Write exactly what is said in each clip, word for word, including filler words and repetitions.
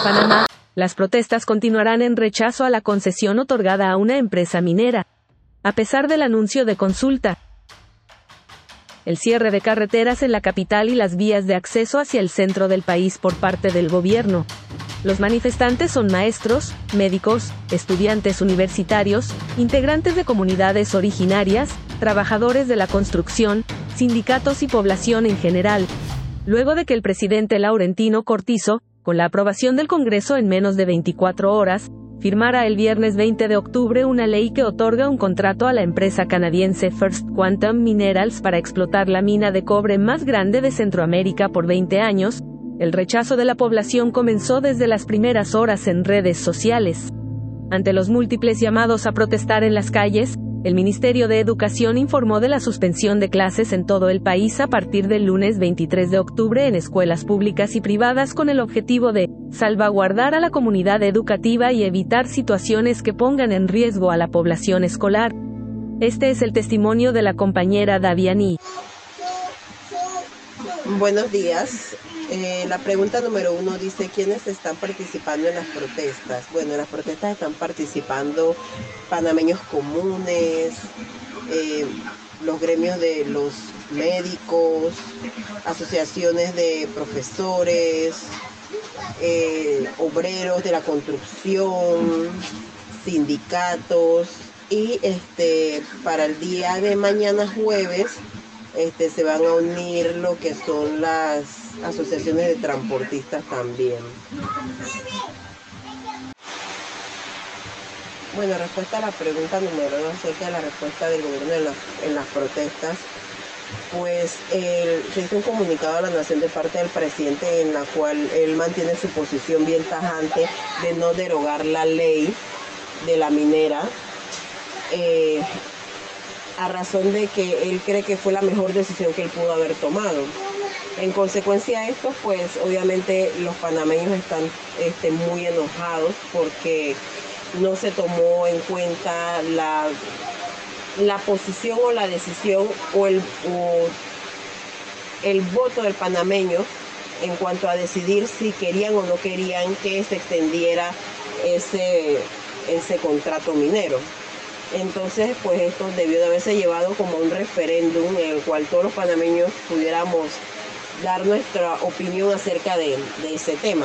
Panamá, las protestas continuarán en rechazo a la concesión otorgada a una empresa minera. A pesar del anuncio de consulta, el cierre de carreteras en la capital y las vías de acceso hacia el centro del país por parte del gobierno. Los manifestantes son maestros, médicos, estudiantes universitarios, integrantes de comunidades originarias, trabajadores de la construcción, sindicatos y población en general. Luego de que el presidente Laurentino Cortizo, con la aprobación del Congreso en menos de veinticuatro horas, firmara el viernes veinte de octubre una ley que otorga un contrato a la empresa canadiense First Quantum Minerals para explotar la mina de cobre más grande de Centroamérica por veinte años, el rechazo de la población comenzó desde las primeras horas en redes sociales. Ante los múltiples llamados a protestar en las calles, el Ministerio de Educación informó de la suspensión de clases en todo el país a partir del lunes veintitrés de octubre en escuelas públicas y privadas con el objetivo de salvaguardar a la comunidad educativa y evitar situaciones que pongan en riesgo a la población escolar. Este es el testimonio de la compañera Daviani. Buenos días. Eh, la pregunta número uno dice, ¿quiénes están participando en las protestas? Bueno, en las protestas están participando panameños comunes, eh, los gremios de los médicos, asociaciones de profesores, eh, obreros de la construcción, sindicatos, y este para el día de mañana jueves este, se van a unir lo que son las asociaciones de transportistas también. Bueno, respuesta a la pregunta número dos acerca de la respuesta del gobierno en las, en las protestas, pues eh, se hizo un comunicado a la nación de parte del presidente en la cual él mantiene su posición bien tajante de no derogar la ley de la minera, eh, a razón de que él cree que fue la mejor decisión que él pudo haber tomado. En consecuencia de esto, pues obviamente los panameños están este, muy enojados porque no se tomó en cuenta la, la posición o la decisión o el, o el voto del panameño en cuanto a decidir si querían o no querían que se extendiera ese, ese contrato minero. Entonces, pues esto debió de haberse llevado como un referéndum en el cual todos los panameños pudiéramos dar nuestra opinión acerca de, de ese tema.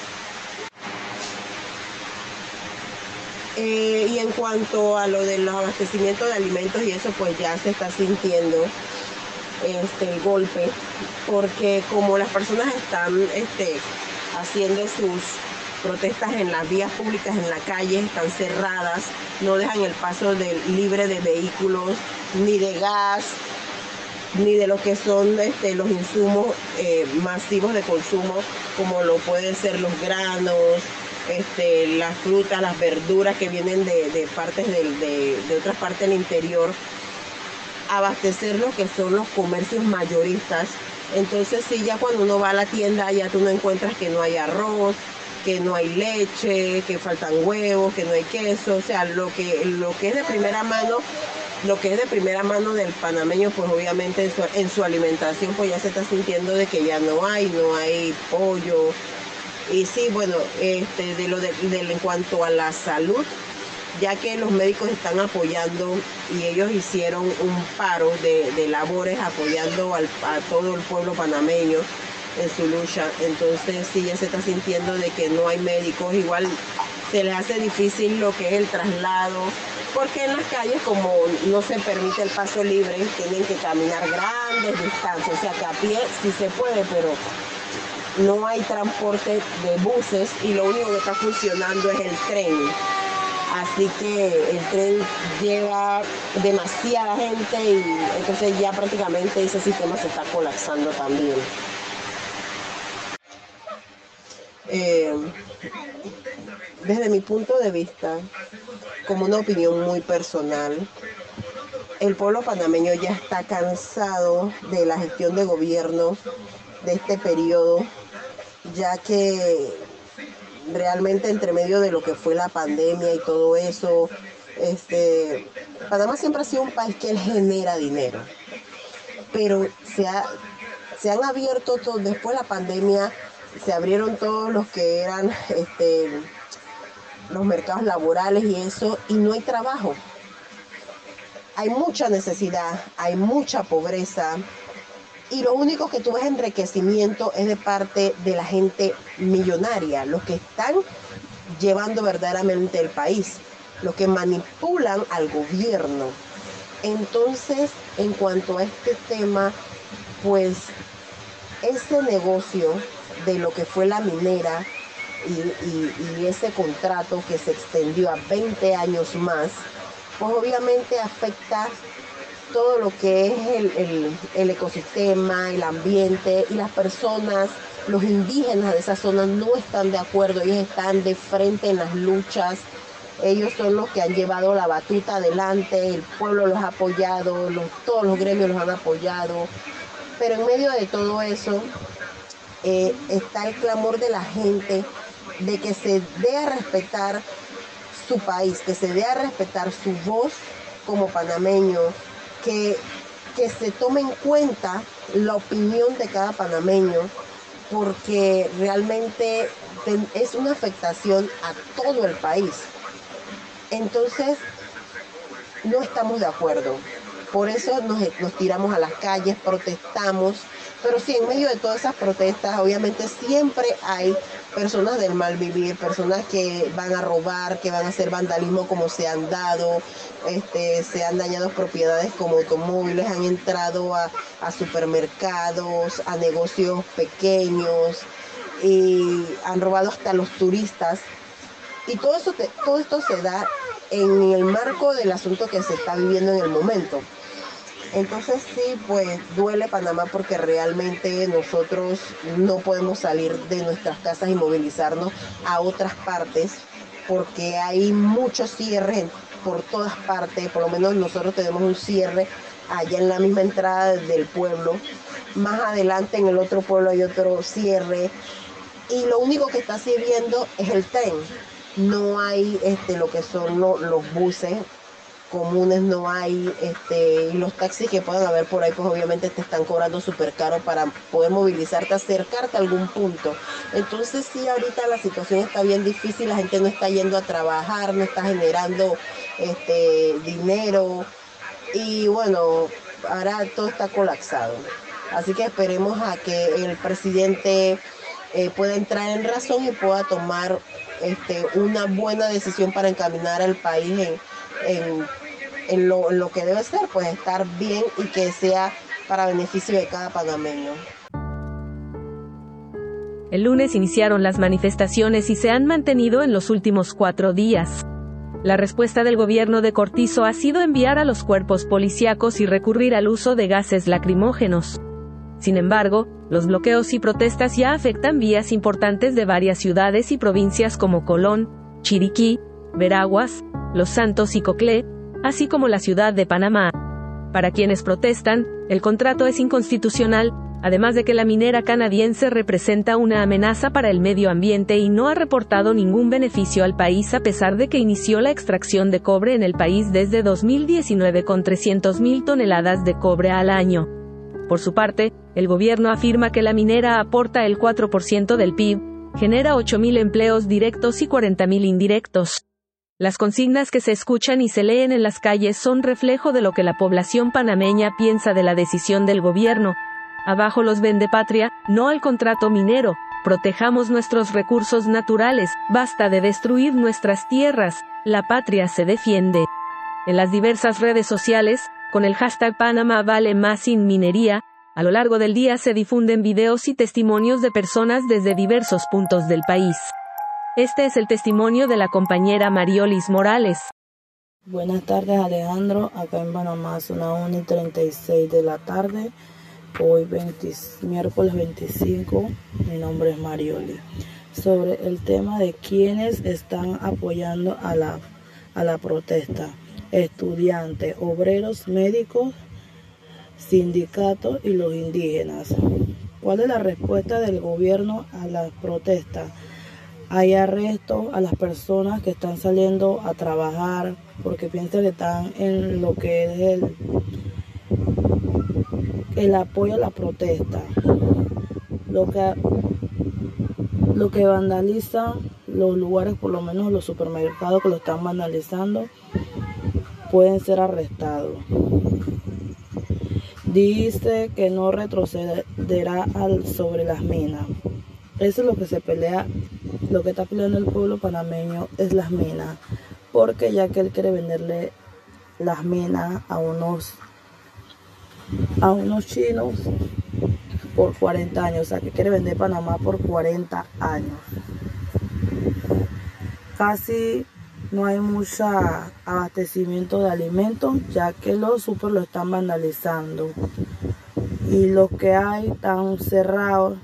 Eh, y en cuanto a lo del abastecimiento de alimentos y eso, pues ya se está sintiendo este, el golpe, porque como las personas están este, haciendo sus protestas en las vías públicas, en la calle, están cerradas, no dejan el paso de, libre de vehículos, ni de gas, ni de lo que son este, los insumos eh, masivos de consumo, como lo pueden ser los granos, este, las frutas, las verduras que vienen de, de partes del, de, de otras partes del interior, abastecer lo que son los comercios mayoristas. Entonces sí, ya cuando uno va a la tienda, ya tú no encuentras que no hay arroz, que no hay leche, que faltan huevos, que no hay queso, o sea, lo que, lo que es de primera mano, lo que es de primera mano del panameño, pues obviamente en su, en su alimentación, pues ya se está sintiendo de que ya no hay, no hay pollo. Y sí, bueno, este, de lo de, de, en cuanto a la salud, ya que los médicos están apoyando y ellos hicieron un paro de, de labores apoyando al, a todo el pueblo panameño en su lucha, entonces sí ya se está sintiendo de que no hay médicos, igual se les hace difícil lo que es el traslado, porque en las calles como no se permite el paso libre, tienen que caminar grandes distancias, o sea que a pie sí se puede, pero no hay transporte de buses y lo único que está funcionando es el tren. Así que el tren lleva demasiada gente y entonces ya prácticamente ese sistema se está colapsando también. Eh, desde mi punto de vista, como una opinión muy personal, el pueblo panameño ya está cansado de la gestión de gobierno de este periodo, ya que realmente entre medio de lo que fue la pandemia y todo eso, este, Panamá siempre ha sido un país que genera dinero, pero se, ha, se han abierto todo, después de la pandemia se abrieron todos los que eran este, los mercados laborales y eso, y no hay trabajo. Hay mucha necesidad, hay mucha pobreza, y lo único que tú ves enriquecimiento es de parte de la gente millonaria, los que están llevando verdaderamente el país, los que manipulan al gobierno. Entonces, en cuanto a este tema, pues ese negocio de lo que fue la minera y, y, y ese contrato que se extendió a veinte años más, pues obviamente afecta todo lo que es el, el, el ecosistema, el ambiente, y las personas, los indígenas de esa zona no están de acuerdo, ellos están de frente en las luchas, ellos son los que han llevado la batuta adelante, el pueblo los ha apoyado, los, todos los gremios los han apoyado, pero en medio de todo eso eh, está el clamor de la gente de que se dé a respetar su país, que se dé a respetar su voz como panameño, que, que se tome en cuenta la opinión de cada panameño, porque realmente es una afectación a todo el país. Entonces, no estamos de acuerdo. Por eso nos, nos tiramos a las calles, protestamos, pero sí, en medio de todas esas protestas, obviamente siempre hay personas del mal vivir, personas que van a robar, que van a hacer vandalismo como se han dado, este, se han dañado propiedades como automóviles, han entrado a, a supermercados, a negocios pequeños y han robado hasta los turistas. Y todo, eso te, todo esto se da en el marco del asunto que se está viviendo en el momento. Entonces sí, pues duele Panamá porque realmente nosotros no podemos salir de nuestras casas y movilizarnos a otras partes porque hay muchos cierres por todas partes, por lo menos nosotros tenemos un cierre allá en la misma entrada del pueblo, más adelante en el otro pueblo hay otro cierre y lo único que está sirviendo es el tren, no hay este, lo que son lo, los buses comunes, no hay este, y los taxis que puedan haber por ahí, pues obviamente te están cobrando súper caro para poder movilizarte, acercarte a algún punto. Entonces sí, ahorita la situación está bien difícil, la gente no está yendo a trabajar, no está generando este, dinero y bueno, ahora todo está colapsado. Así que esperemos a que el presidente eh, pueda entrar en razón y pueda tomar este, una buena decisión para encaminar al país en, en En lo, en lo que debe ser, pues estar bien y que sea para beneficio de cada panameño. El lunes iniciaron las manifestaciones y se han mantenido en los últimos cuatro días. La respuesta del gobierno de Cortizo ha sido enviar a los cuerpos policíacos y recurrir al uso de gases lacrimógenos. Sin embargo, los bloqueos y protestas ya afectan vías importantes de varias ciudades y provincias como Colón, Chiriquí, Veraguas, Los Santos y Coclé, así como la ciudad de Panamá. Para quienes protestan, el contrato es inconstitucional, además de que la minera canadiense representa una amenaza para el medio ambiente y no ha reportado ningún beneficio al país a pesar de que inició la extracción de cobre en el país desde dos mil diecinueve con trescientas mil toneladas de cobre al año. Por su parte, el gobierno afirma que la minera aporta el cuatro por ciento del P I B, genera ocho mil empleos directos y cuarenta mil indirectos. Las consignas que se escuchan y se leen en las calles son reflejo de lo que la población panameña piensa de la decisión del gobierno. Abajo los vendepatria, no al contrato minero, protejamos nuestros recursos naturales, basta de destruir nuestras tierras, la patria se defiende. En las diversas redes sociales, con el hashtag Panamá vale más sin minería, a lo largo del día se difunden videos y testimonios de personas desde diversos puntos del país. Este es el testimonio de la compañera Mariolis Morales. Buenas tardes, Alejandro. Acá en Panamá son las una y treinta y seis de la tarde. Hoy veinte, miércoles veinticinco. Mi nombre es Mariolis. Sobre el tema de quienes están apoyando a la, a la protesta. Estudiantes, obreros, médicos, sindicatos y los indígenas. ¿Cuál es la respuesta del gobierno a las protestas? Hay arrestos a las personas que están saliendo a trabajar porque piensan que están en lo que es el, el apoyo a la protesta. Lo que, Lo que vandalizan los lugares, por lo menos los supermercados que lo están vandalizando, pueden ser arrestados. Dice que no retrocederá al, sobre las minas. Eso es lo que se pelea, lo que está peleando el pueblo panameño es las minas, porque ya que él quiere venderle las minas a unos a unos chinos por cuarenta años, o sea que quiere vender Panamá por cuarenta años. Casi no hay mucho abastecimiento de alimentos, ya que los super lo están vandalizando y los que hay están cerrados.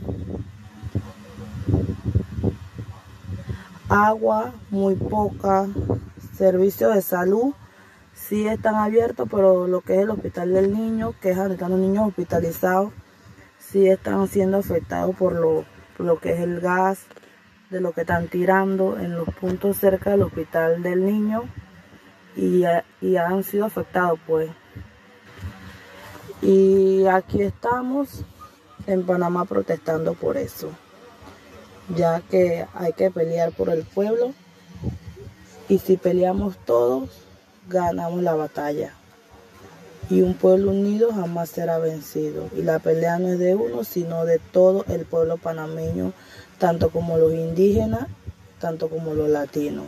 Agua muy poca, servicios de salud sí están abiertos, pero lo que es el hospital del niño, que es donde están los niños hospitalizados, sí están siendo afectados por lo, por lo que es el gas, de lo que están tirando en los puntos cerca del hospital del niño, y, y han sido afectados pues. Y aquí estamos en Panamá protestando por eso, ya que hay que pelear por el pueblo, y si peleamos todos, ganamos la batalla. Y un pueblo unido jamás será vencido. Y la pelea no es de uno, sino de todo el pueblo panameño, tanto como los indígenas, tanto como los latinos.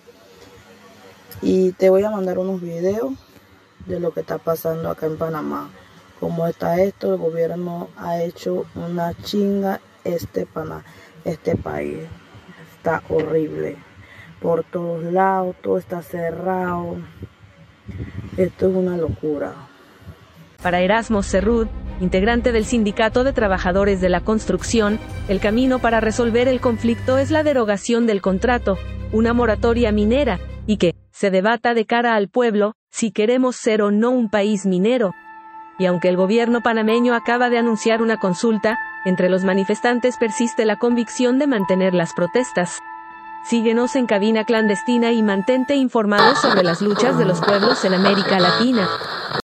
Y te voy a mandar unos videos de lo que está pasando acá en Panamá. Como está esto, el gobierno ha hecho una chinga este, pana, este país. Está horrible. Por todos lados, todo está cerrado. Esto es una locura. Para Erasmo Cerrud, integrante del Sindicato de Trabajadores de la Construcción, el camino para resolver el conflicto es la derogación del contrato, una moratoria minera, y que se debata de cara al pueblo si queremos ser o no un país minero. Y aunque el gobierno panameño acaba de anunciar una consulta, entre los manifestantes persiste la convicción de mantener las protestas. Síguenos en Cabina Clandestina y mantente informado sobre las luchas de los pueblos en América Latina.